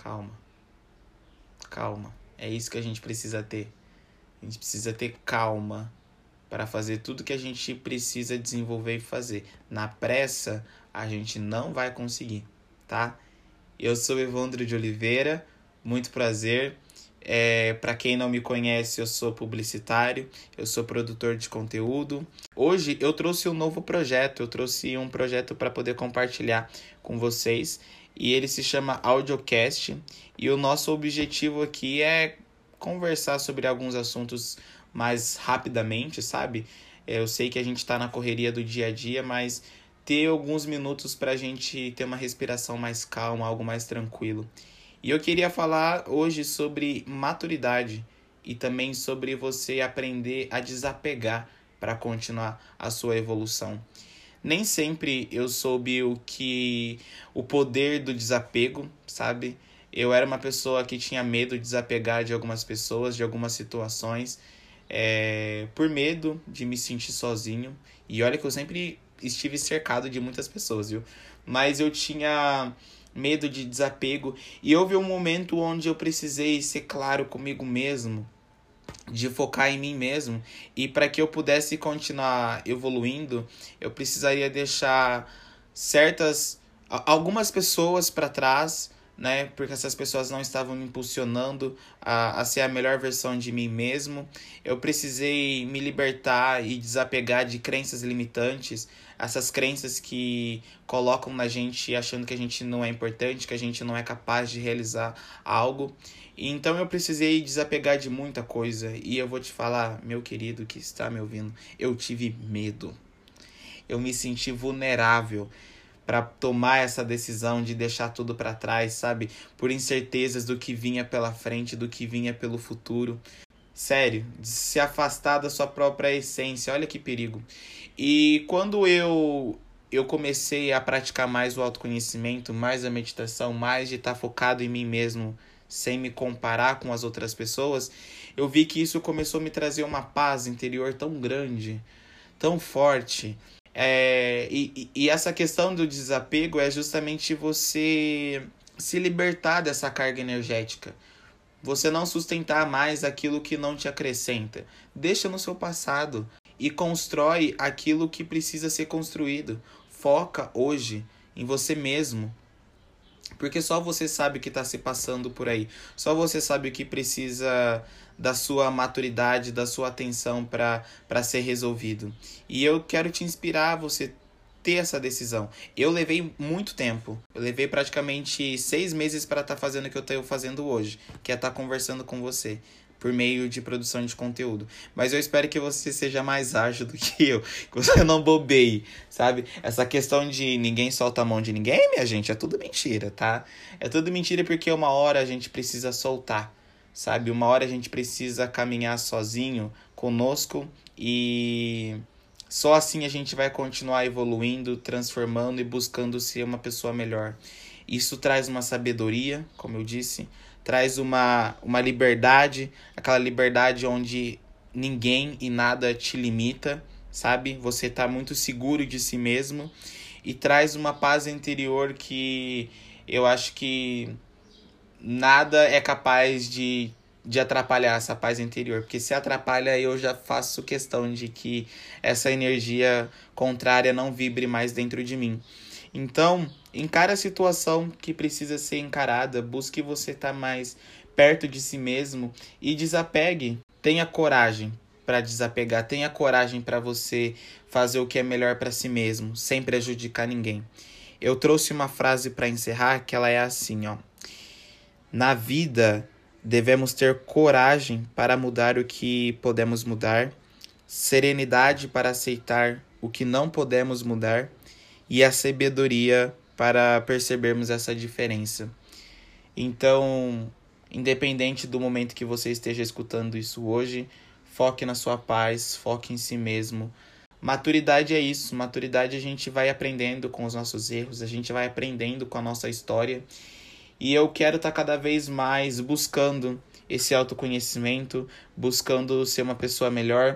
calma, calma. É isso que a gente precisa ter. A gente precisa ter calma para fazer tudo que a gente precisa desenvolver e fazer. Na pressa, a gente não vai conseguir, tá? Eu sou Evandro de Oliveira, muito prazer. Para quem não me conhece, eu sou publicitário, eu sou produtor de conteúdo. Hoje eu trouxe um novo projeto, eu trouxe um projeto para poder compartilhar com vocês e ele se chama Audiocast e o nosso objetivo aqui é conversar sobre alguns assuntos mais rapidamente, sabe? Eu sei que a gente está na correria do dia a dia, mas ter alguns minutos para a gente ter uma respiração mais calma, algo mais tranquilo. E eu queria falar hoje sobre maturidade e também sobre você aprender a desapegar para continuar a sua evolução. Nem sempre eu soube o poder do desapego, sabe? Eu era uma pessoa que tinha medo de desapegar de algumas pessoas, de algumas situações, por medo de me sentir sozinho. E olha que eu sempre estive cercado de muitas pessoas, viu? Mas eu tinha medo de desapego e houve um momento onde eu precisei ser claro comigo mesmo, de focar em mim mesmo, e para que eu pudesse continuar evoluindo, eu precisaria deixar algumas pessoas para trás, né? Porque essas pessoas não estavam me impulsionando a ser a melhor versão de mim mesmo. Eu precisei me libertar e desapegar de crenças limitantes, essas crenças que colocam na gente achando que a gente não é importante, que a gente não é capaz de realizar algo. Então eu precisei desapegar de muita coisa. E eu vou te falar, meu querido que está me ouvindo, eu tive medo. Eu me senti vulnerável para tomar essa decisão de deixar tudo para trás, sabe? Por incertezas do que vinha pela frente, do que vinha pelo futuro. Sério, de se afastar da sua própria essência, olha que perigo. E quando eu comecei a praticar mais o autoconhecimento, mais a meditação, mais de estar focado em mim mesmo, sem me comparar com as outras pessoas, eu vi que isso começou a me trazer uma paz interior tão grande, tão forte. E essa questão do desapego é justamente você se libertar dessa carga energética. Você não sustentar mais aquilo que não te acrescenta. Deixa no seu passado e constrói aquilo que precisa ser construído. Foca hoje em você mesmo. Porque só você sabe o que está se passando por aí. Só você sabe o que precisa da sua maturidade, da sua atenção para ser resolvido. E eu quero te inspirar a você ter essa decisão. Eu levei muito tempo. Eu levei praticamente 6 meses para estar fazendo o que eu estou fazendo hoje, que é estar conversando com você por meio de produção de conteúdo. Mas eu espero que você seja mais ágil do que eu, que você não bobeie, sabe? Essa questão de ninguém solta a mão de ninguém, minha gente, é tudo mentira, tá? É tudo mentira porque uma hora a gente precisa soltar, sabe? Uma hora a gente precisa caminhar sozinho, conosco, e só assim a gente vai continuar evoluindo, transformando e buscando ser uma pessoa melhor. Isso traz uma sabedoria, como eu disse, traz uma liberdade, aquela liberdade onde ninguém e nada te limita, sabe? Você tá muito seguro de si mesmo e traz uma paz interior que eu acho que nada é capaz de atrapalhar essa paz interior, porque se atrapalha eu já faço questão de que essa energia contrária não vibre mais dentro de mim. Então, encare a situação que precisa ser encarada, busque você estar mais perto de si mesmo e desapegue. Tenha coragem para desapegar, tenha coragem para você fazer o que é melhor para si mesmo, sem prejudicar ninguém. Eu trouxe uma frase para encerrar que ela é assim, ó. Na vida, devemos ter coragem para mudar o que podemos mudar, serenidade para aceitar o que não podemos mudar e a sabedoria para percebermos essa diferença. Então, independente do momento que você esteja escutando isso hoje, foque na sua paz, foque em si mesmo. Maturidade é isso, maturidade a gente vai aprendendo com os nossos erros, a gente vai aprendendo com a nossa história. E eu quero estar cada vez mais buscando esse autoconhecimento, buscando ser uma pessoa melhor.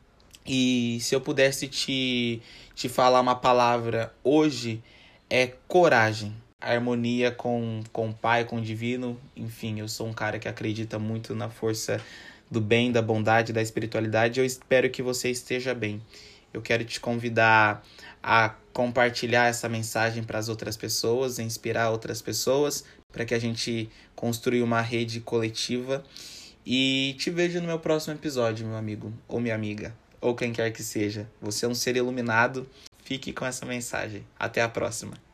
E se eu pudesse te falar uma palavra hoje, é coragem. harmonia com o Pai, com o Divino. Enfim, eu sou um cara que acredita muito na força do bem, da bondade, da espiritualidade. Eu espero que você esteja bem. Eu quero te convidar a compartilhar essa mensagem para as outras pessoas, inspirar outras pessoas, para que a gente construa uma rede coletiva. E te vejo no meu próximo episódio, meu amigo, ou minha amiga, ou quem quer que seja. Você é um ser iluminado. Fique com essa mensagem. Até a próxima.